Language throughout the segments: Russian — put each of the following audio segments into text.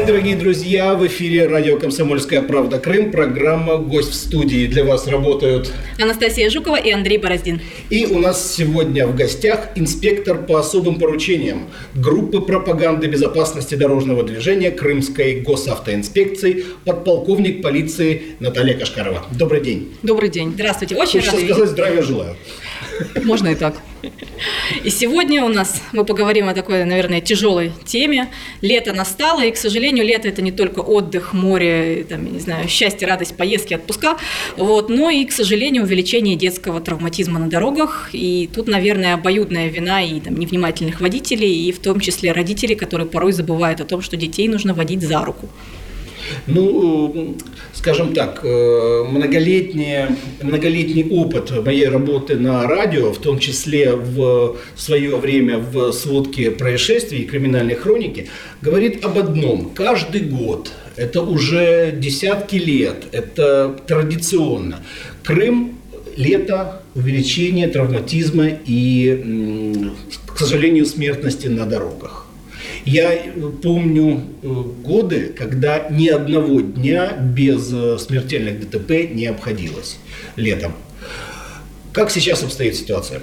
день, дорогие друзья! В эфире радио «Комсомольская правда. Крым». Программа «Гость в студии». Для вас работают Анастасия Жукова и Андрей Бороздин. И у нас сегодня в гостях инспектор по особым поручениям группы пропаганды безопасности дорожного движения Крымской госавтоинспекции, подполковник полиции Наталья Кашкарова. Добрый день. Добрый день. Здравствуйте. Очень рада видеть. Сказать здравия желаю. Можно и так. И сегодня мы поговорим о такой, наверное, тяжелой теме. Лето настало, и, к сожалению, лето – это не только отдых, море, там, не знаю, счастье, радость, поездки, отпуска, но и, к сожалению, увеличение детского травматизма на дорогах. И тут, наверное, обоюдная вина и невнимательных водителей, и в том числе родителей, которые порой забывают о том, что детей нужно водить за руку. Скажем так, многолетний опыт моей работы на радио, в том числе в свое время в сводке происшествий и криминальной хроники, говорит об одном. Каждый год, это уже десятки лет, это традиционно. Крым, лето, увеличение травматизма и, к сожалению, смертности на дорогах. Я помню годы, когда ни одного дня без смертельных ДТП не обходилось летом. Как сейчас обстоит ситуация?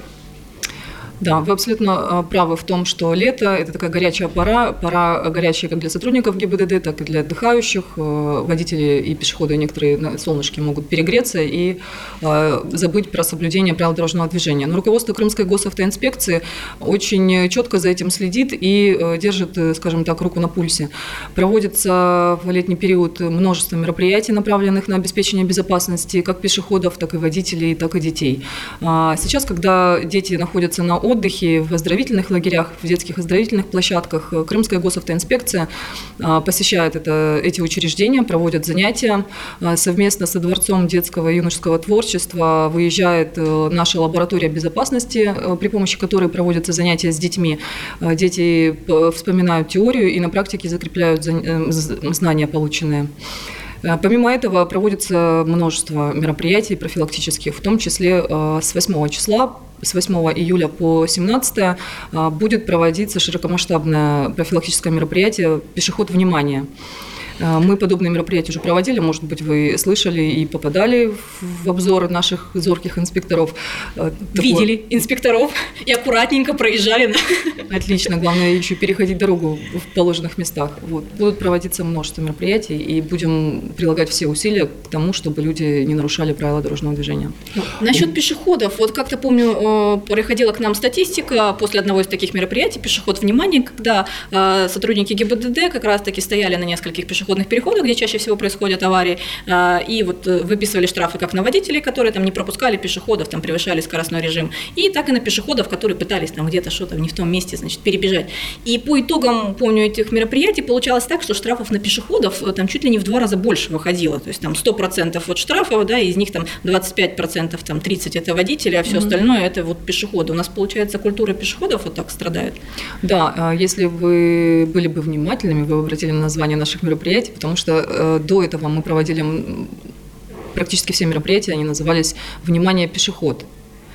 Да, вы абсолютно правы в том, что лето – это такая горячая пора горячая как для сотрудников ГИБДД, так и для отдыхающих. Водители и пешеходы некоторые на солнышке могут перегреться и забыть про соблюдение правил дорожного движения. Но руководство Крымской госавтоинспекции очень четко за этим следит и держит, скажем так, руку на пульсе. Проводится в летний период множество мероприятий, направленных на обеспечение безопасности как пешеходов, так и водителей, так и детей. Сейчас, когда дети находятся на отдыхе, в оздоровительных лагерях, в детских оздоровительных площадках, Крымская госавтоинспекция посещает эти учреждения, проводит занятия. Совместно со Дворцом детского и юношеского творчества выезжает наша лаборатория безопасности, при помощи которой проводятся занятия с детьми. Дети вспоминают теорию и на практике закрепляют знания, полученные. Помимо этого проводится множество мероприятий профилактических, в том числе с 8 числа, с 8 июля по 17 будет проводиться широкомасштабное профилактическое мероприятие «Пешеход, внимание!». Мы подобные мероприятия уже проводили, может быть, вы слышали и попадали в обзоры наших зорких инспекторов. Видели инспекторов и аккуратненько проезжали. Отлично, главное еще переходить дорогу в положенных местах. Будут проводиться множество мероприятий, и будем прилагать все усилия к тому, чтобы люди не нарушали правила дорожного движения. Насчет пешеходов, как-то помню, приходила к нам статистика после одного из таких мероприятий «Пешеход, внимание!», когда сотрудники ГИБДД как раз-таки стояли на нескольких пешеходных переходах, где чаще всего происходят аварии, и выписывали штрафы как на водителей, которые не пропускали пешеходов, превышали скоростной режим, и так и на пешеходов, которые пытались где-то что-то не в том месте, перебежать. И по итогам, помню, этих мероприятий получалось так, что штрафов на пешеходов чуть ли не в 2 раза больше выходило. То есть 100% от штрафов, из них 25%, 30% это водители, а все остальное это пешеходы. У нас, получается, культура пешеходов так страдает. Да, если вы были бы внимательными, вы бы обратили на название наших мероприятий, потому что до этого мы проводили практически все мероприятия, они назывались «Внимание, пешеход».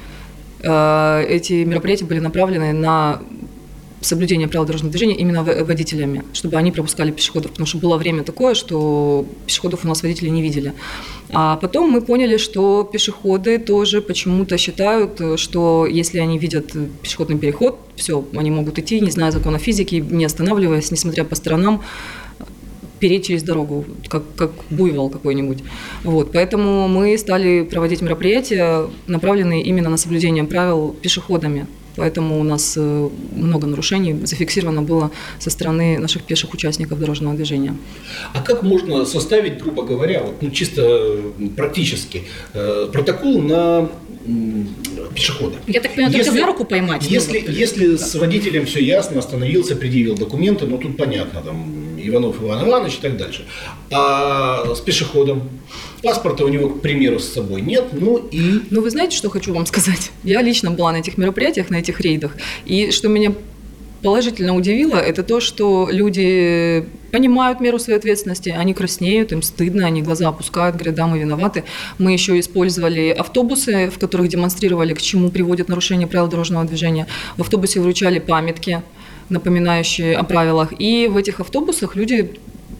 Эти мероприятия были направлены на соблюдение правил дорожного движения именно водителями, чтобы они пропускали пешеходов, потому что было время такое, что пешеходов у нас водители не видели. А потом мы поняли, что пешеходы тоже почему-то считают, что если они видят пешеходный переход, все, они могут идти, не зная закона физики, не останавливаясь, несмотря по сторонам, переть через дорогу, как буйвол какой-нибудь. Поэтому мы стали проводить мероприятия, направленные именно на соблюдение правил пешеходами. Поэтому у нас много нарушений зафиксировано было со стороны наших пеших участников дорожного движения. А как можно составить, грубо говоря, чисто практически, протокол на пешехода? Я так понимаю, только за руку поймать? Если с водителем все ясно, остановился, предъявил документы, тут понятно, Иванов Иван Иванович и так дальше. А с пешеходом? Паспорта у него, к примеру, с собой нет, вы знаете, что хочу вам сказать? Я лично была на этих мероприятиях, на этих рейдах, и что меня положительно удивило, это то, что люди понимают меру своей ответственности, они краснеют, им стыдно, они глаза опускают, говорят, да, мы виноваты. Мы еще использовали автобусы, в которых демонстрировали, к чему приводит нарушение правил дорожного движения. В автобусе вручали памятки, напоминающие о правилах, и в этих автобусах люди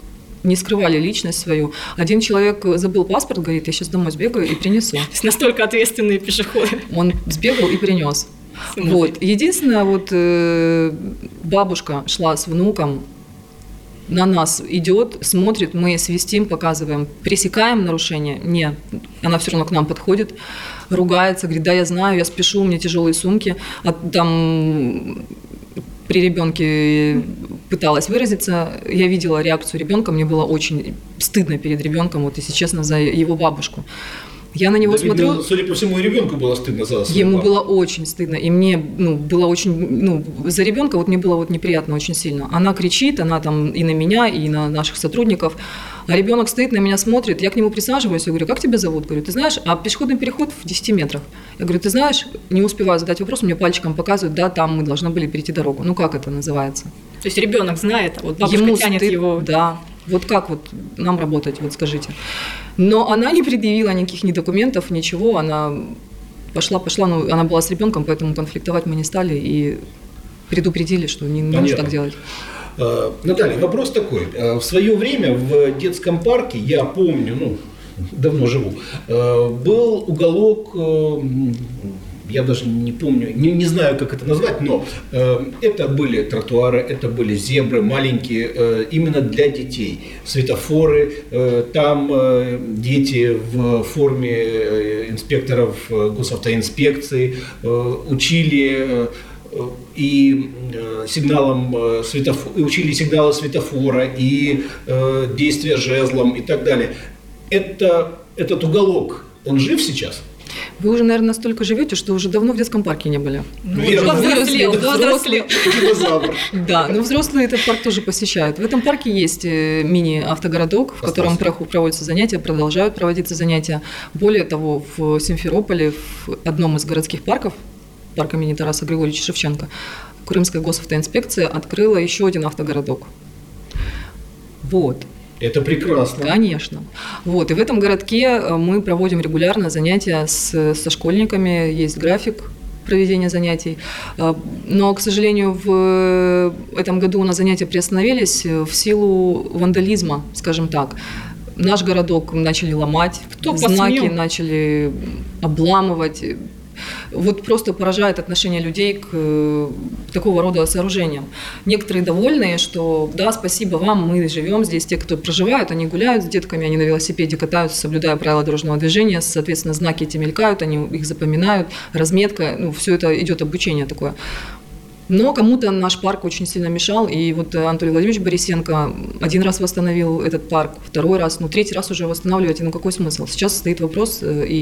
не скрывали личность свою. Один человек забыл паспорт, говорит, я сейчас домой сбегаю и принесу. То есть настолько ответственные пешеходы. Он сбегал и принес. Вот. Единственное, вот бабушка шла с внуком, на нас идет, смотрит, мы свистим, показываем, пресекаем нарушение. Нет, она все равно к нам подходит, ругается, говорит, да, я знаю, я спешу, у меня тяжелые сумки. А там при ребенке пыталась выразиться, я видела реакцию ребенка, мне было очень стыдно перед ребенком, вот если честно, за его бабушку. Я на него да, смотрю. Видно, судя по всему, и ребенку было стыдно за свою Ему бабушку. было очень стыдно. И мне было очень, за ребенка вот мне было вот неприятно очень сильно. Она кричит, она там и на меня, и на наших сотрудников. А ребенок стоит, на меня смотрит, я к нему присаживаюсь, я говорю, как тебя зовут? Говорю, ты знаешь, а пешеходный переход в 10 метрах. Я говорю, ты знаешь, не успеваю задать вопрос, мне пальчиком показывают, да, там мы должны были перейти дорогу. Ну как это называется? То есть ребенок знает, а вот бабушка Ему тянет стыд, его. Да. Вот как вот нам работать, вот скажите. Но она не предъявила никаких ни документов, ничего, она пошла, но она была с ребенком, поэтому конфликтовать мы не стали и предупредили, что не нужно так делать. Наталья, вопрос такой. В свое время в детском парке, я помню, давно живу, был уголок, я даже не помню, не знаю, как это назвать, но это были тротуары, это были зебры маленькие, именно для детей. Светофоры, там дети в форме инспекторов госавтоинспекции учили и учили сигналы светофора, и действия жезлом и так далее. Этот уголок, он жив сейчас? Вы уже, наверное, настолько живете, что уже давно в детском парке не были. Верно. Взрослел. Динозавр. Да, но взрослые этот парк тоже посещают. В этом парке есть мини-автогородок, в котором проводятся занятия, продолжают проводиться занятия. Более того, в Симферополе, в одном из городских парков, парка имени Тараса Григорьевича Шевченко, Крымская госавтоинспекция открыла еще один автогородок. Вот. Это прекрасно. Конечно. Вот. И в этом городке мы проводим регулярно занятия со школьниками, есть график проведения занятий. Но, к сожалению, в этом году у нас занятия приостановились в силу вандализма, скажем так. Наш городок начали ломать, знаки начали обламывать. Вот просто поражает отношение людей к такого рода сооружениям. Некоторые довольные, что да, спасибо вам, мы живем здесь. Те, кто проживают, они гуляют с детками, они на велосипеде катаются, соблюдая правила дорожного движения, соответственно, знаки эти мелькают, они их запоминают, разметка, все это идет обучение такое. Но кому-то наш парк очень сильно мешал, и вот Анатолий Владимирович Борисенко один раз восстановил этот парк, второй раз, третий раз уже восстанавливать, какой смысл? Сейчас стоит вопрос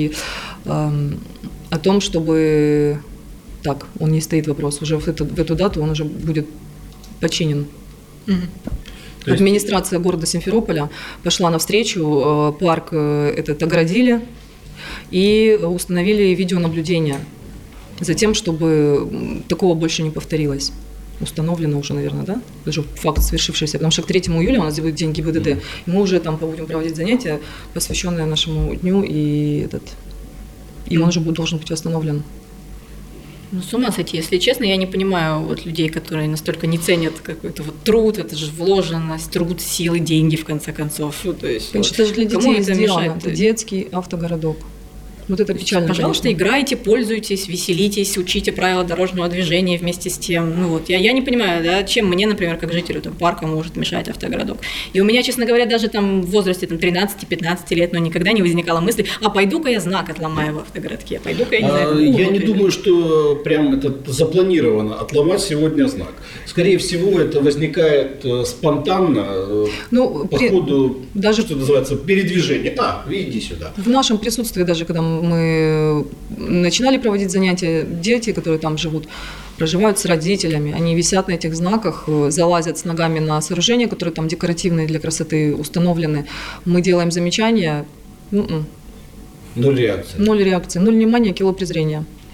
о том, чтобы... Так, он не стоит вопрос, уже в эту дату он уже будет починен. Угу. Администрация города Симферополя пошла навстречу, парк этот оградили и установили видеонаблюдение за тем, чтобы такого больше не повторилось. Установлено уже, наверное, да? Это же факт свершившийся, потому что к 3 июля у нас будет день ГИБДД, и мы уже там будем проводить занятия, посвященные нашему дню, и он уже должен быть восстановлен. С ума сойти, если честно, я не понимаю людей, которые настолько не ценят какой-то труд, это же вложенность, труд, силы, деньги, в конце концов. То есть это же для детей сделано, это детский автогородок. Вот это печально. Пожалуйста, конечно. Играйте, пользуйтесь, веселитесь, учите правила дорожного движения вместе с тем. Я не понимаю, чем мне, например, как жителю парка может мешать автогородок. И у меня, честно говоря, даже в возрасте 13-15 лет, никогда не возникало мысли, пойду-ка я знак отломаю в автогородке, пойду-ка я не знаю. Я не думаю, что прям это запланировано, отломать сегодня знак. Скорее всего, это возникает спонтанно, по ходу, даже что называется, передвижения. Иди сюда. В нашем присутствии, даже когда мы начинали проводить занятия, дети, которые там живут, проживают с родителями, они висят на этих знаках, залазят с ногами на сооружения, которые там декоративные для красоты установлены. Мы делаем замечания. Ноль реакции. Ноль реакции, ноль внимания, кило презрения.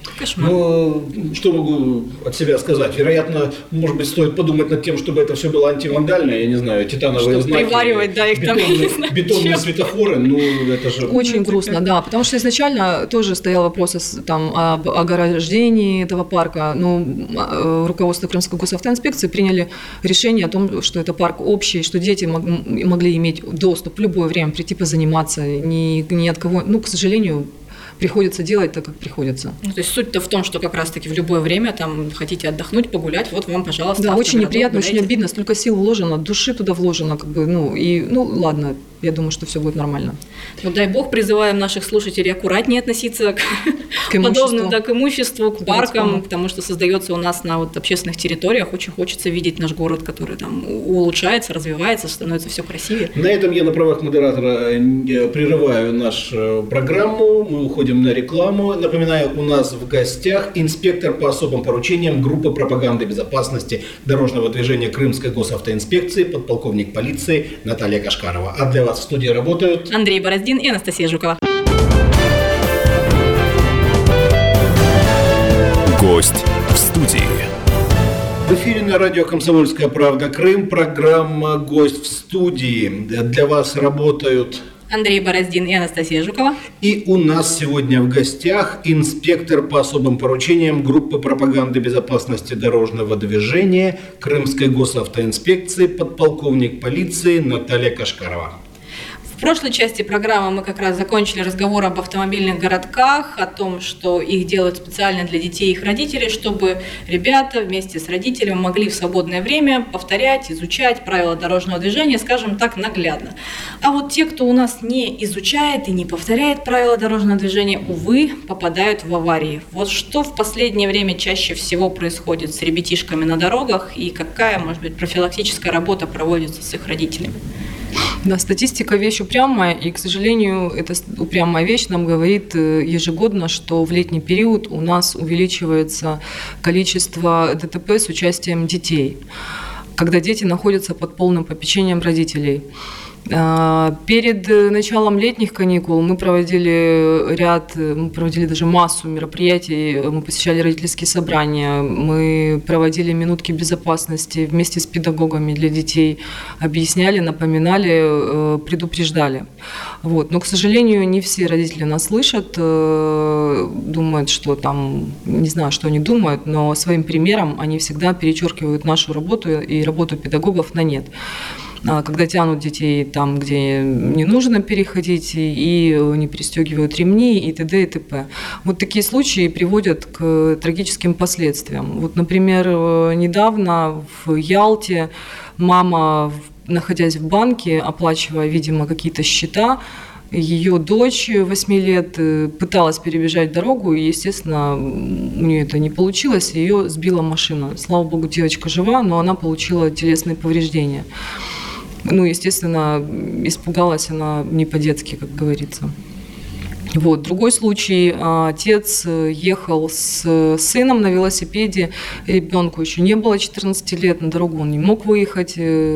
Кошмар. Ну, что могу от себя сказать? Вероятно, может быть, стоит подумать над тем, чтобы это все было антивандально, я не знаю, титановые Чтобы знаки, приваривать, да, их там, я не знаю, бетонные чем. светофоры, ну, это же... Очень грустно, да, потому что изначально тоже стоял вопрос там, об ограждении этого парка, но руководство Крымской госавтоинспекции приняли решение о том, что это парк общий, что дети могли иметь доступ в любое время, прийти позаниматься, ни от кого, ну, к сожалению, приходится делать так, как приходится. Ну, то есть суть-то в том, что как раз-таки в любое время там хотите отдохнуть, погулять, вот вам, пожалуйста. Да, очень неприятно, гуляйте. очень обидно, столько сил вложено, души туда вложено, как бы, ну ладно, я думаю, что все будет нормально. Ну, дай бог, призываем наших слушателей аккуратнее относиться к подобным, да, к имуществу, к паркам, потому что создается у нас на вот общественных территориях, очень хочется видеть наш город, который там улучшается, развивается, становится все красивее. На этом я на правах модератора прерываю нашу программу, мы уходим на рекламу. Напоминаю, у нас в гостях инспектор по особым поручениям группы пропаганды безопасности дорожного движения Крымской госавтоинспекции, подполковник полиции Наталья Кашкарова. А для вас в студии работают Андрей Бороздин и Анастасия Жукова. Гость в студии. В эфире на радио «Комсомольская правда. Крым» программа «Гость в студии». Для вас работают Андрей Бороздин и Анастасия Жукова. И у нас сегодня в гостях инспектор по особым поручениям группы пропаганды безопасности дорожного движения Крымской госавтоинспекции, подполковник полиции Наталья Кашкарова. В прошлой части программы мы как раз закончили разговор об автомобильных городках, о том, что их делают специально для детей и их родителей, чтобы ребята вместе с родителями могли в свободное время повторять, изучать правила дорожного движения, скажем так, наглядно. А вот те, кто у нас не изучает и не повторяет правила дорожного движения, увы, попадают в аварии. Вот что в последнее время чаще всего происходит с ребятишками на дорогах и какая, может быть, профилактическая работа проводится с их родителями? Да, статистика вещь упрямая, и, к сожалению, эта упрямая вещь нам говорит ежегодно, что в летний период у нас увеличивается количество ДТП с участием детей, когда дети находятся под полным попечением родителей. Перед началом летних каникул мы проводили даже массу мероприятий, мы посещали родительские собрания, мы проводили минутки безопасности вместе с педагогами для детей, объясняли, напоминали, предупреждали. Вот. Но, к сожалению, не все родители нас слышат, думают, что там, не знаю, что они думают, но своим примером они всегда перечеркивают нашу работу и работу педагогов на нет. Когда тянут детей там, где не нужно переходить, и не пристегивают ремни, и т.д. и т.п. Вот такие случаи приводят к трагическим последствиям. Вот, например, недавно в Ялте мама, находясь в банке, оплачивая, видимо, какие-то счета, ее дочь 8 лет пыталась перебежать дорогу, и, естественно, у нее это не получилось, ее сбила машина. Слава богу, девочка жива, но она получила телесные повреждения. Ну, естественно, испугалась она не по-детски, как говорится. Вот. Другой случай. Отец ехал с сыном на велосипеде. Ребенку еще не было 14 лет. На дорогу он не мог выехать.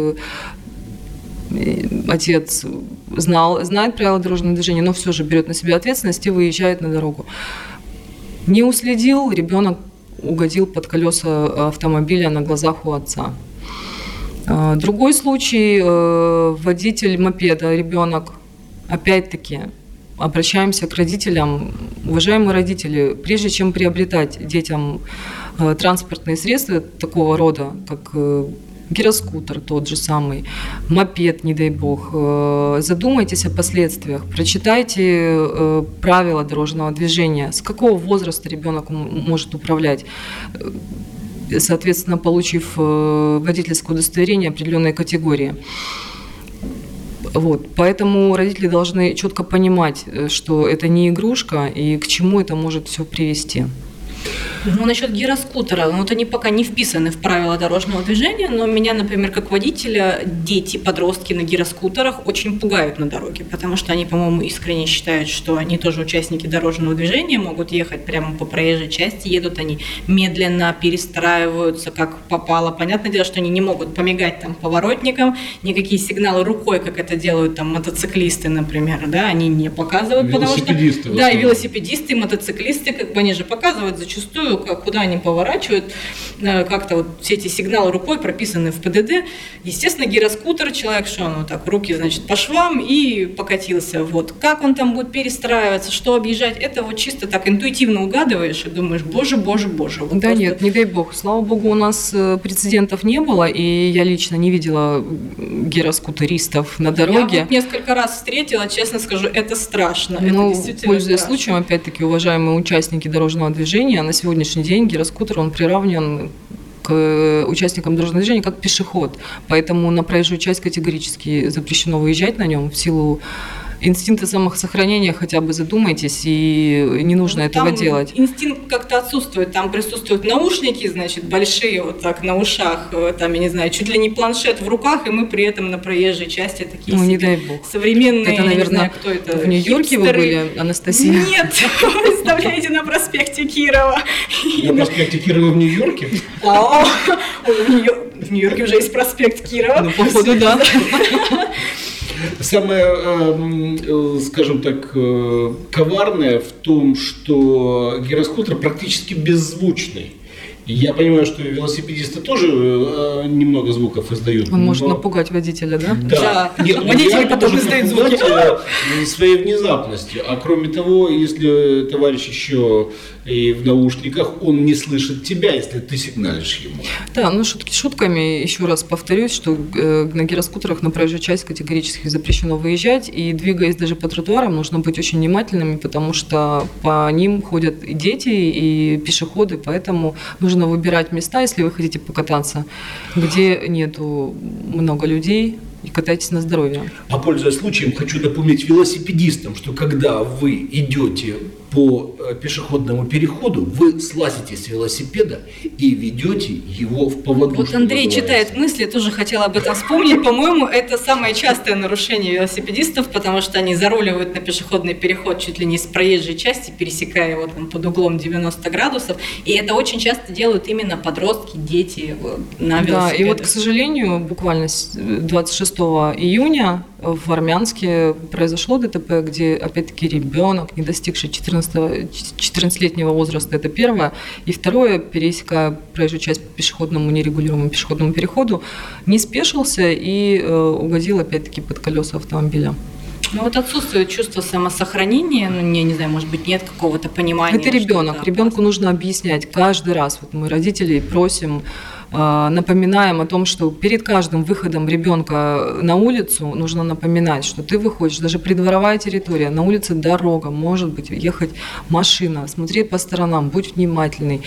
Отец знает правила дорожного движения, но все же берет на себя ответственность и выезжает на дорогу. Не уследил, ребенок угодил под колеса автомобиля на глазах у отца. Другой случай, водитель мопеда, ребенок, опять-таки, обращаемся к родителям. Уважаемые родители, прежде чем приобретать детям транспортные средства такого рода, как гироскутер тот же самый, мопед, не дай бог, задумайтесь о последствиях, прочитайте правила дорожного движения, с какого возраста ребенок может управлять, соответственно, получив водительское удостоверение определенной категории. Вот. Поэтому родители должны четко понимать, что это не игрушка и к чему это может все привести. Ну, насчет гироскутера, ну, вот они пока не вписаны в правила дорожного движения, но меня, например, как водителя, дети, подростки на гироскутерах очень пугают на дороге, потому что они, по-моему, искренне считают, что они тоже участники дорожного движения, могут ехать прямо по проезжей части, едут они медленно, перестраиваются, как попало. Понятное дело, что они не могут помигать там поворотникам, никакие сигналы рукой, как это делают там мотоциклисты, например, да, они не показывают, потому что... Да, и велосипедисты, и мотоциклисты, как бы они же показывают зачастую, куда они поворачивают, как-то вот все эти сигналы рукой прописаны в ПДД. Естественно, гироскутер, человек, что он вот так, руки, значит, по швам и покатился. Вот. Как он там будет перестраиваться, что объезжать, это вот чисто так интуитивно угадываешь и думаешь, боже. Вот да просто... нет, не дай бог. Слава богу, у нас прецедентов не было, и я лично не видела гироскутеристов на дороге. Я вот несколько раз встретила, честно скажу, это страшно. Ну, это действительно пользуясь страшно. случаем, опять-таки, уважаемые участники дорожного движения, на сегодняшний день гироскутер, он приравнен к участникам дорожного движения как пешеход. Поэтому на проезжую часть категорически запрещено выезжать на нем в силу инстинкта самосохранения, хотя бы задумайтесь, и не нужно этого делать. Инстинкт как-то отсутствует, там присутствуют наушники, значит, большие вот так на ушах, там, я не знаю, чуть ли не планшет в руках, и мы при этом на проезжей части такие не себе дай бог. современные, Это, я наверное, не знаю, кто это. в Нью-Йорке вы хипстеры. были, Анастасия? Нет, вы представляете, на проспекте Кирова. На проспекте Кирова в Нью-Йорке? Ой, в Нью-Йорке уже есть проспект Кирова. Ну, походу, да. Самое, скажем так, коварное в том, что гироскутер практически беззвучный. Я понимаю, что велосипедисты тоже немного звуков издают. Он может напугать водителя, да? Да. Да. Нет, Водители реально потом может издают напугать, звуки. своей внезапностью. А кроме того, если товарищ еще и в наушниках, он не слышит тебя, если ты сигналишь ему. Да, ну шутки шутками, еще раз повторюсь, что на гироскутерах на проезжую часть категорически запрещено выезжать, и двигаясь даже по тротуарам, нужно быть очень внимательными, потому что по ним ходят и дети, и пешеходы, поэтому нужно выбирать места, если вы хотите покататься, где нету много людей, и катайтесь на здоровье. А пользуясь случаем, хочу напомнить велосипедистам, что когда вы идете по пешеходному переходу, вы слазите с велосипеда и ведете его в поводу. Вот Андрей читает мысли, тоже хотела об этом вспомнить. По-моему, это самое частое нарушение велосипедистов, потому что они заруливают на пешеходный переход чуть ли не с проезжей части, пересекая его там под углом 90 градусов. И это очень часто делают именно подростки, дети на велосипедах. Да, и вот, к сожалению, буквально 26 июня в Армянске произошло ДТП, где, опять-таки, ребенок, не достигший 14-летнего возраста, это первое. И второе, пересекая проезжую часть по пешеходному, нерегулируемому пешеходному переходу, не спешился и угодил, опять-таки, под колеса автомобиля. Ну вот отсутствует чувство самосохранения, ну, я не знаю, может быть, нет какого-то понимания. Это ребенок. Ребенку нужно объяснять каждый раз. Вот мы родителей просим, напоминаем о том, что перед каждым выходом ребенка на улицу нужно напоминать, что ты выходишь, даже придворовая территория, на улице дорога, может быть, ехать машина, смотри по сторонам, будь внимательный,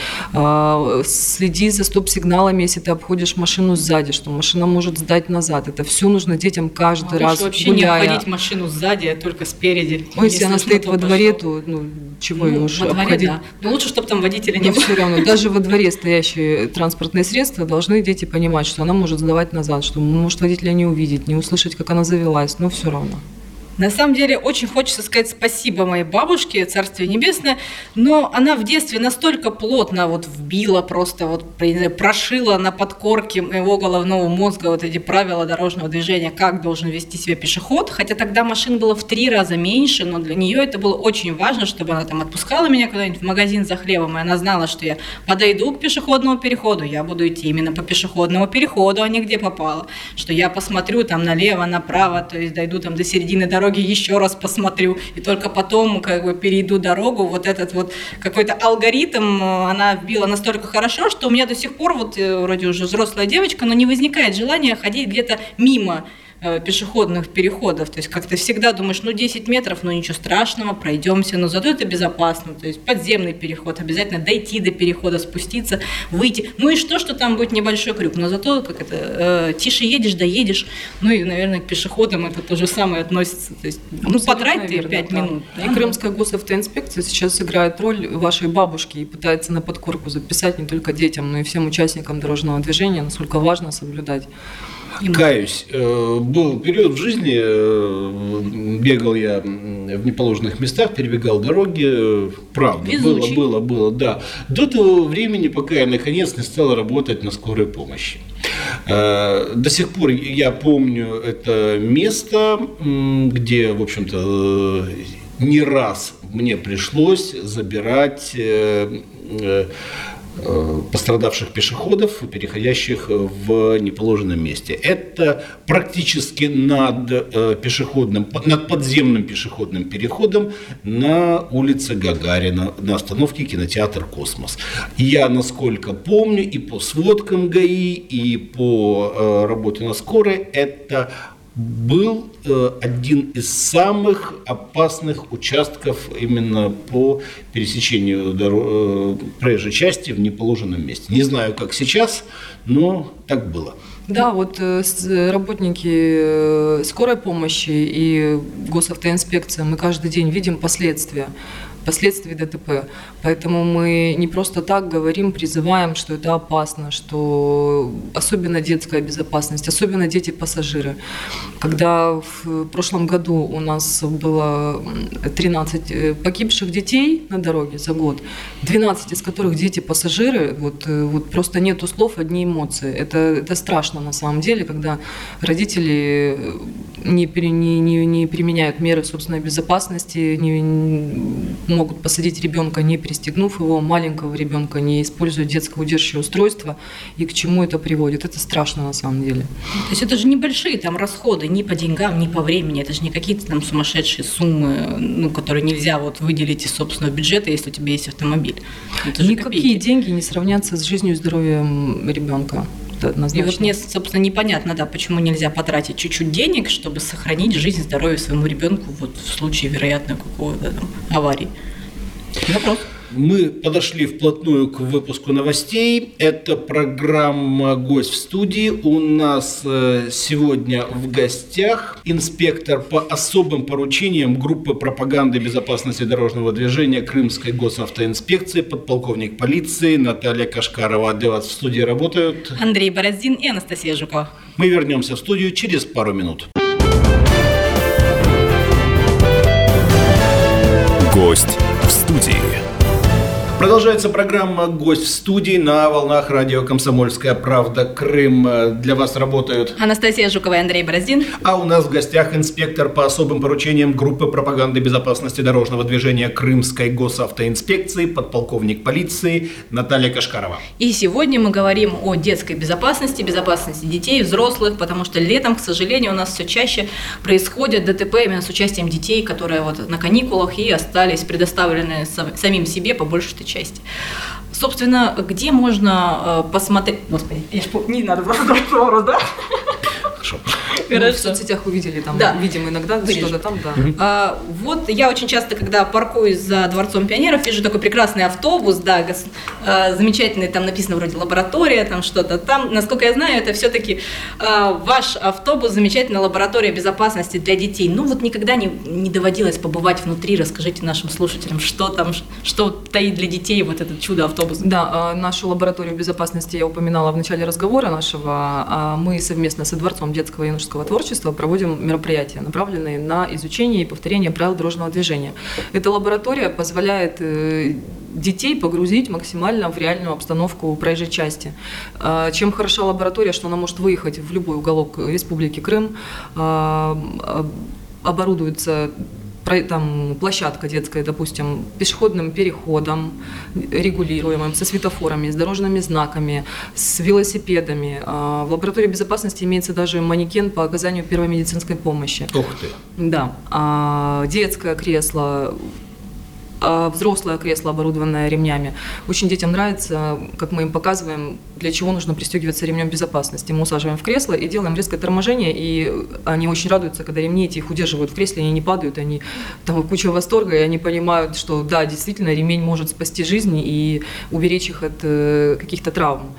следи за стоп-сигналами, если ты обходишь машину сзади, что машина может сдать назад. Это все нужно детям каждый раз, вообще гуляя. не обходить машину сзади, а только спереди. Если она стоит во дворе, то чего ее уже во дворе, обходить? да. Но лучше, чтобы там водителя не Но было. все равно, даже во дворе стоящие транспортные средства должны дети понимать, что она может сдавать назад, что может водителя не увидеть, не услышать, как она завелась, но все равно. На самом деле очень хочется сказать спасибо моей бабушке, Царствие Небесное, но она в детстве настолько плотно вот вбила, просто вот прошила на подкорке моего головного мозга вот эти правила дорожного движения, как должен вести себя пешеход, хотя тогда машин было в 3 раза меньше, но для нее это было очень важно, чтобы она там отпускала меня куда-нибудь в магазин за хлебом, и она знала, что я подойду к пешеходному переходу, я буду идти именно по пешеходному переходу, а не где попало, что я посмотрю там налево, направо, то есть дойду там до середины дороги, еще раз посмотрю, и только потом как бы перейду дорогу. Вот этот вот какой-то алгоритм она вбила настолько хорошо, что у меня до сих пор, вот вроде уже взрослая девочка, но не возникает желания ходить где-то мимо пешеходных переходов. То есть как-то всегда думаешь, 10 метров, ничего страшного, пройдемся, но зато это безопасно. То есть подземный переход, обязательно дойти до перехода, спуститься, выйти. Ну и что там будет небольшой крюк, но зато тише едешь, доедешь. Ну и, наверное, к пешеходам это то же самое относится. То есть, потрать ты 5 минут. Да? И Крымская госавтоинспекция сейчас играет роль вашей бабушки и пытается на подкорку записать не только детям, но и всем участникам дорожного движения, насколько важно соблюдать. Каюсь. Был период в жизни, бегал я в неположенных местах, перебегал дороги. Правда, было, да. До того времени, пока я наконец не стал работать на скорой помощи. До сих пор я помню это место, где, в общем-то, не раз мне пришлось забирать пострадавших пешеходов, переходящих в неположенном месте. Это практически над подземным пешеходным переходом на улице Гагарина, на остановке кинотеатр «Космос». Я, насколько помню, и по сводкам ГАИ, и по работе на скорой, это был один из самых опасных участков именно по пересечению проезжей части в неположенном месте. Не знаю, как сейчас, но так было. Да, работники скорой помощи и госавтоинспекция, мы каждый день видим последствий ДТП. Поэтому мы не просто так говорим, призываем, что это опасно, что особенно детская безопасность, особенно дети-пассажиры. Когда в прошлом году у нас было 13 погибших детей на дороге за год, 12 из которых дети-пассажиры, вот просто нету слов, одни эмоции. Это страшно на самом деле, когда родители не применяют меры собственной безопасности, не могут посадить ребенка, не пристегнув его, маленького ребенка, не используя детское удерживающее устройство, и к чему это приводит. Это страшно на самом деле. То есть это же небольшие там расходы ни по деньгам, ни по времени, это же не какие-то там сумасшедшие суммы, которые нельзя выделить из собственного бюджета, если у тебя есть автомобиль. Никакие деньги не сравнятся с жизнью и здоровьем ребенка. И мне, собственно, непонятно, почему нельзя потратить чуть-чуть денег, чтобы сохранить жизнь и здоровье своему ребенку в случае вероятной какого-то аварии. Вопрос. Мы подошли вплотную к выпуску новостей. Это программа «Гость в студии». У нас сегодня в гостях инспектор по особым поручениям группы пропаганды безопасности дорожного движения Крымской госавтоинспекции, подполковник полиции Наталья Кашкарова. Для вас в студии работают Андрей Бороздин и Анастасия Жукова. Мы вернемся в студию через пару минут. Гость в студии. Продолжается программа «Гость в студии» на волнах радио «Комсомольская правда» Крым. Для вас работают Анастасия Жукова и Андрей Бороздин. А у нас в гостях инспектор по особым поручениям группы пропаганды безопасности дорожного движения Крымской госавтоинспекции, подполковник полиции Наталья Кашкарова. И сегодня мы говорим о детской безопасности детей и взрослых, потому что летом, к сожалению, у нас все чаще происходят ДТП именно с участием детей, которые на каникулах и остались предоставлены самим себе по большей части. Собственно, где можно посмотреть... Господи, не надо задавать вопрос, да? Хорошо. В соцсетях увидели, видим иногда что-то там, да. Я очень часто, когда паркуюсь за Дворцом пионеров, вижу такой прекрасный автобус, замечательный, там написано вроде лаборатория, там что-то. Там, насколько я знаю, это все-таки ваш автобус, замечательная лаборатория безопасности для детей. Никогда не доводилось побывать внутри. Расскажите нашим слушателям, что там, что таит для детей этот чудо-автобус. Да, нашу лабораторию безопасности я упоминала в начале разговора нашего. Мы совместно со Дворцом детского и юношеского творчества проводим мероприятия, направленные на изучение и повторение правил дорожного движения. Эта лаборатория позволяет детей погрузить максимально в реальную обстановку проезжей части. Чем хороша лаборатория, что она может выехать в любой уголок Республики Крым, оборудуется площадка детская, допустим, пешеходным переходом регулируемым, со светофорами, с дорожными знаками, с велосипедами. В лаборатории безопасности имеется даже манекен по оказанию первой медицинской помощи. Ух ты! Да. Детское кресло, взрослое кресло, оборудованное ремнями. Очень детям нравится, как мы им показываем, для чего нужно пристегиваться ремнем безопасности. Мы усаживаем в кресло и делаем резкое торможение, и они очень радуются, когда ремни эти их удерживают в кресле, они не падают, они там куча восторга, и они понимают, что да, действительно, ремень может спасти жизни и уберечь их от каких-то травм.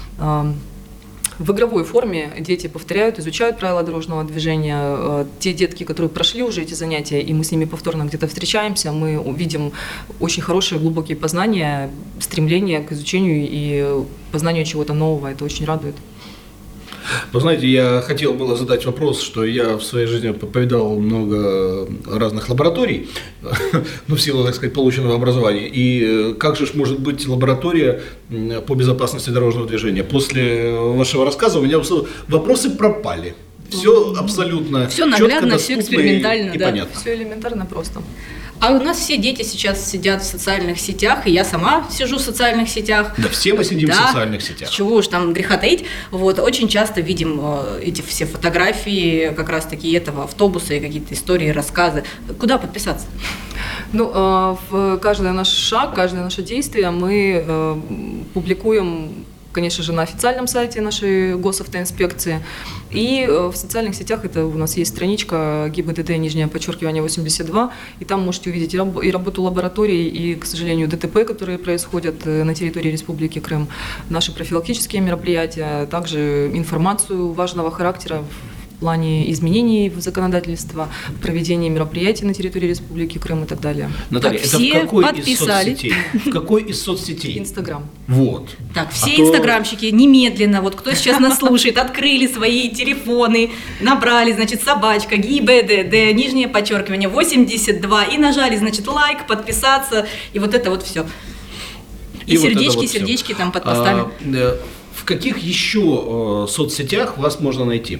В игровой форме дети повторяют, изучают правила дорожного движения. Те детки, которые прошли уже эти занятия, и мы с ними повторно где-то встречаемся, мы увидим очень хорошие, глубокие познания, стремление к изучению и познанию чего-то нового. Это очень радует. Вы знаете, я хотел было задать вопрос, что я в своей жизни повидал много разных лабораторий, ну, в силу, так сказать, полученного образования. И как же может быть лаборатория по безопасности дорожного движения? После вашего рассказа у меня вопросы пропали. Все абсолютно Все четко, наглядно, все доступно экспериментально, и да. понятно. Все элементарно просто. А у нас все дети сейчас сидят в социальных сетях, и я сама сижу в социальных сетях. Да все мы сидим в Да, социальных сетях. чего уж там греха таить. Вот, очень часто видим эти все фотографии как раз-таки этого автобуса и какие-то истории, рассказы. Куда подписаться? Ну, в каждый наш шаг, каждое наше действие мы публикуем, конечно же, на официальном сайте нашей госавтоинспекции. И в социальных сетях это у нас есть страничка ГИБДД, _, 82, и там можете увидеть и работу лабораторий, и, к сожалению, ДТП, которые происходят на территории Республики Крым, наши профилактические мероприятия, также информацию важного характера в плане изменений в законодательство, проведения мероприятий на территории Республики Крым и так далее. Наталья, Так, это все в какой подписались. из соцсетей? В какой из соцсетей? Инстаграм. Вот. Так, все А то- инстаграмщики немедленно, вот кто сейчас нас слушает, открыли свои телефоны, набрали, значит, собачка, ГИБДД, _, 82, и нажали, значит, лайк, подписаться, и вот это вот все. И вот это сердечки, вот всё. сердечки там под постами. В каких еще соцсетях вас можно найти?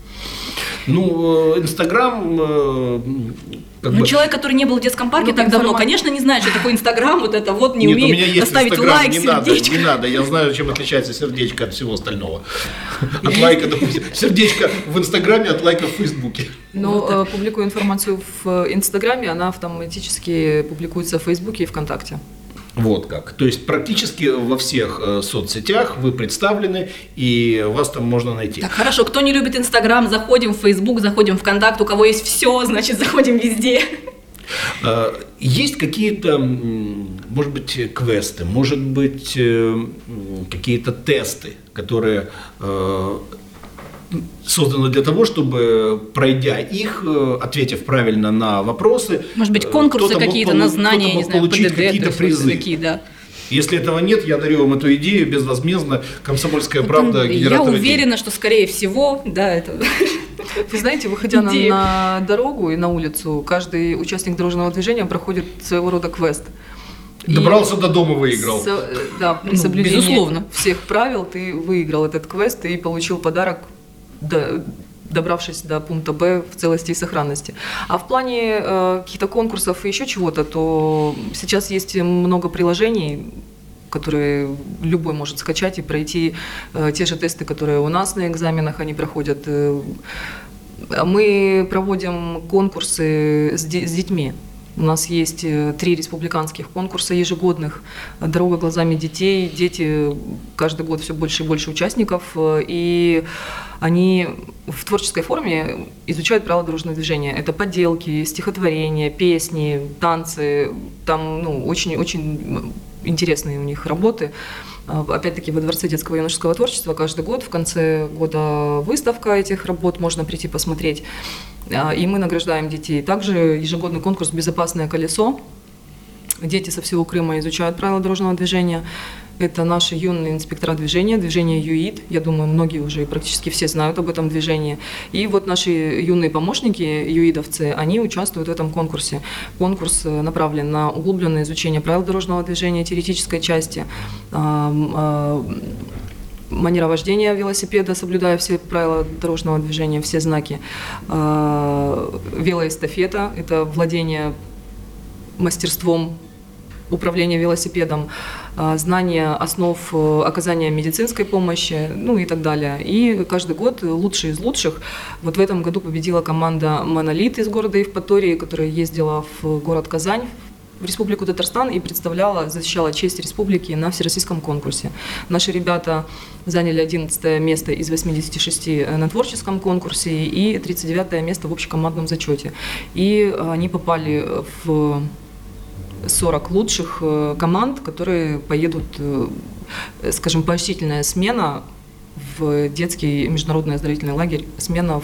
Ну, Инстаграм, как Ну, бы... человек, который не был в детском парке Ну, так давно, информа- конечно, не знает, что такое Инстаграм, вот это вот, не Нет, у меня умеет есть оставить Инстаграм, лайк, не надо, сердечко. не надо, я знаю, чем отличается сердечко от всего остального. От лайка, допустим, сердечко в Инстаграме, от лайка в Фейсбуке. Но публикую информацию в Инстаграме, она автоматически публикуется в Фейсбуке и ВКонтакте. Вот как. То есть практически во всех соцсетях вы представлены, и вас там можно найти. Так, хорошо, кто не любит Инстаграм, заходим в Фейсбук, заходим в Контакт, у кого есть все, значит, заходим везде. Есть какие-то, может быть, квесты, может быть, какие-то тесты, которые созданы для того, чтобы, пройдя их, ответив правильно на вопросы, Может быть, конкурсы кто-то мог какие-то на знания, кто-то не мог знаю, получить ПДД, какие-то то есть призы. такие, да. Если этого нет, я дарю вам эту идею безвозмездно. «Комсомольская правда», Я генератор идей. уверена, что, скорее всего, да, это... Вы знаете, выходя Идея. на дорогу и на улицу, каждый участник дорожного движения проходит своего рода квест. И Добрался до дома, выиграл. Да, при Ну, соблюдении безусловно. всех правил ты выиграл этот квест и получил подарок, добравшись до пункта Б в целости и сохранности. А в плане каких-то конкурсов и еще чего-то, то сейчас есть много приложений, которые любой может скачать и пройти те же тесты, которые у нас на экзаменах они проходят. Мы проводим конкурсы с детьми. У нас есть 3 республиканских конкурса ежегодных. «Дорога глазами детей». Дети каждый год все больше и больше участников. И они в творческой форме изучают правила дорожного движения. Это поделки, стихотворения, песни, танцы. Там очень интересные у них работы. Опять-таки во Дворце детского и юношеского творчества каждый год в конце года выставка этих работ, можно прийти посмотреть. И мы награждаем детей. Также ежегодный конкурс «Безопасное колесо». Дети со всего Крыма изучают правила дорожного движения. Это наши юные инспектора движения, движение ЮИД. Я думаю, многие уже и практически все знают об этом движении. И вот наши юные помощники, юидовцы, они участвуют в этом конкурсе. Конкурс направлен на углубленное изучение правил дорожного движения, теоретической части, манера вождения велосипеда, соблюдая все правила дорожного движения, все знаки. Велоэстафета – это владение мастерством управления велосипедом, знание основ оказания медицинской помощи, ну и так далее. И каждый год лучшие из лучших. Вот в этом году победила команда «Монолит» из города Евпатории, которая ездила в город Казань в Республику Татарстан и защищала честь республики на всероссийском конкурсе. Наши ребята заняли 11 место из 86 на творческом конкурсе и 39 место в общекомандном зачете. И они попали в 40 лучших команд, которые поедут, скажем, поощрительная смена в детский международный оздоровительный лагерь, смена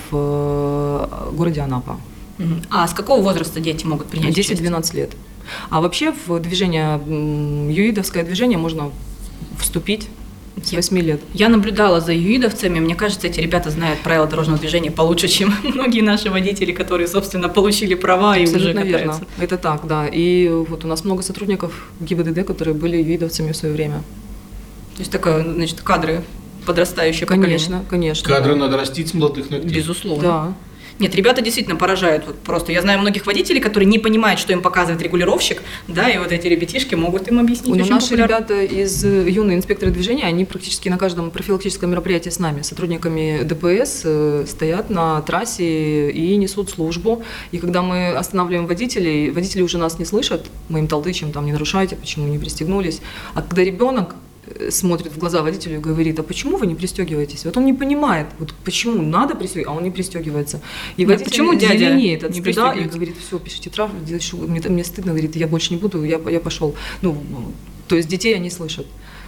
в городе Анапа. А с какого возраста дети могут принять участие? 10-12 лет. А вообще в движение, юидовское движение можно вступить с 8 лет. Я наблюдала за юидовцами. Мне кажется, эти ребята знают правила дорожного движения получше, чем многие наши водители, которые, собственно, получили права и Абсолютно уже катаются. верно. Это так, да. И вот у нас много сотрудников ГИБДД, которые были юидовцами в свое время. То есть такое, значит, кадры подрастающее поколение. Конечно, конечно. Кадры да. надо растить с молодых ногтей. Безусловно. Да. Нет, ребята действительно поражают. Вот просто я знаю многих водителей, которые не понимают, что им показывает регулировщик, да, и вот эти ребятишки могут им объяснить. Но очень наши популярно. ребята из юные инспекторы движения, они практически на каждом профилактическом мероприятии с нами, сотрудниками ДПС, стоят на трассе и несут службу. И когда мы останавливаем водителей, водители уже нас не слышат, мы им толдычим, там, не нарушайте, почему не пристегнулись. А когда ребенок смотрит в глаза водителю и говорит: а почему вы не пристегиваетесь? Вот он не понимает, вот почему надо пристегиваться, а он не пристегивается. И Да, водитель почему дядя зеленеет от не стыда и пристегивается? говорит: все, пишите штраф, мне стыдно, говорит, я больше не буду, я пошел. Ну, то есть детей они слышат.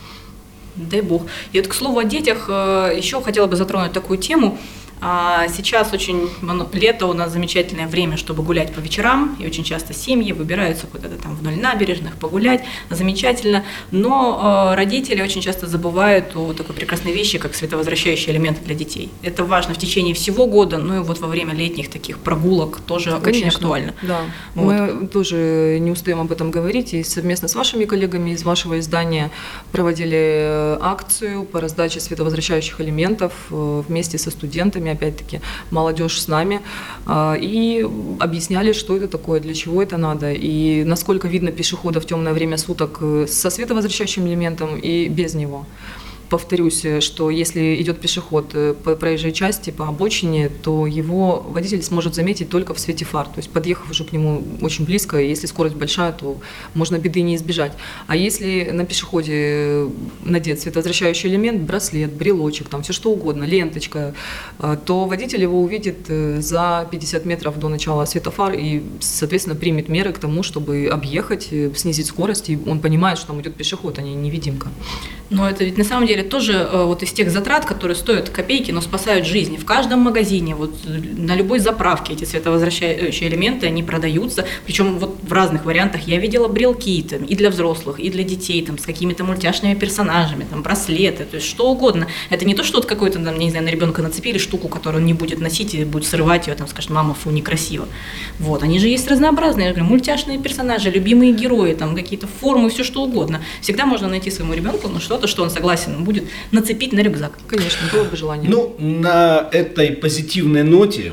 Дай бог. И вот, к слову, о детях еще хотела бы затронуть такую тему. Сейчас очень лето у нас замечательное время, чтобы гулять по вечерам, и очень часто семьи выбираются куда-то там вдоль набережных погулять, замечательно, но родители очень часто забывают о такой прекрасной вещи, как световозвращающие элементы для детей. Это важно в течение всего года, ну и вот во время летних таких прогулок тоже очень актуально. Да, Вот. мы тоже не устаем об этом говорить, и совместно с вашими коллегами из вашего издания проводили акцию по раздаче световозвращающих элементов вместе со студентами, опять-таки, молодежь с нами, и объясняли, что это такое, для чего это надо, и насколько видно пешехода в темное время суток со световозвращающим элементом и без него. Повторюсь, что если идет пешеход по проезжей части, по обочине, то его водитель сможет заметить только в свете фар. То есть, подъехав уже к нему очень близко, если скорость большая, то можно беды не избежать. А если на пешеходе надет световозвращающий элемент, браслет, брелочек, там все что угодно, ленточка, то водитель его увидит за 50 метров до начала светофар и, соответственно, примет меры к тому, чтобы объехать, снизить скорость. И он понимает, что там идет пешеход, а не невидимка. Но это ведь на самом деле тоже вот из тех затрат, которые стоят копейки, но спасают жизни. В каждом магазине, вот на любой заправке эти световозвращающие элементы, они продаются. Причем вот в разных вариантах. Я видела брелки там, и для взрослых, и для детей, там, с какими-то мультяшными персонажами, там, браслеты, то есть что угодно. Это не то, что вот какой-то, там, не знаю, на ребенка нацепили штуку, которую он не будет носить и будет срывать ее, там, скажет: мама, фу, некрасиво. Вот, они же есть разнообразные, я говорю, мультяшные персонажи, любимые герои, там, какие-то формы, все что угодно. Всегда можно найти своему ребенку, ну, что-то, что он согласен будет нацепить на рюкзак. Конечно, было бы желание. Ну, на этой позитивной ноте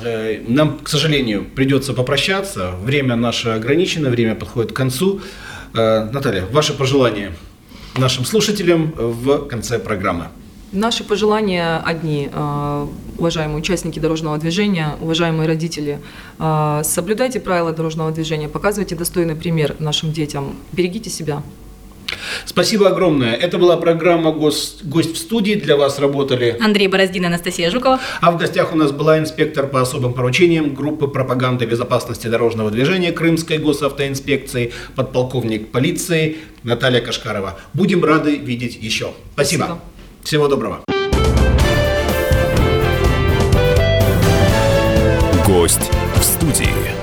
нам, к сожалению, придется попрощаться. Время наше ограничено, время подходит к концу. Наталья, ваши пожелания нашим слушателям в конце программы. Наши пожелания одни, уважаемые участники дорожного движения, уважаемые родители. Соблюдайте правила дорожного движения, показывайте достойный пример нашим детям, берегите себя. Спасибо огромное. Это была программа «Гость в студии». Для вас работали Андрей Бороздин и Анастасия Жукова. А в гостях у нас была инспектор по особым поручениям группы пропаганды безопасности дорожного движения Крымской госавтоинспекции, подполковник полиции Наталья Кашкарова. Будем рады видеть еще. Спасибо. Всего доброго. Гость в студии.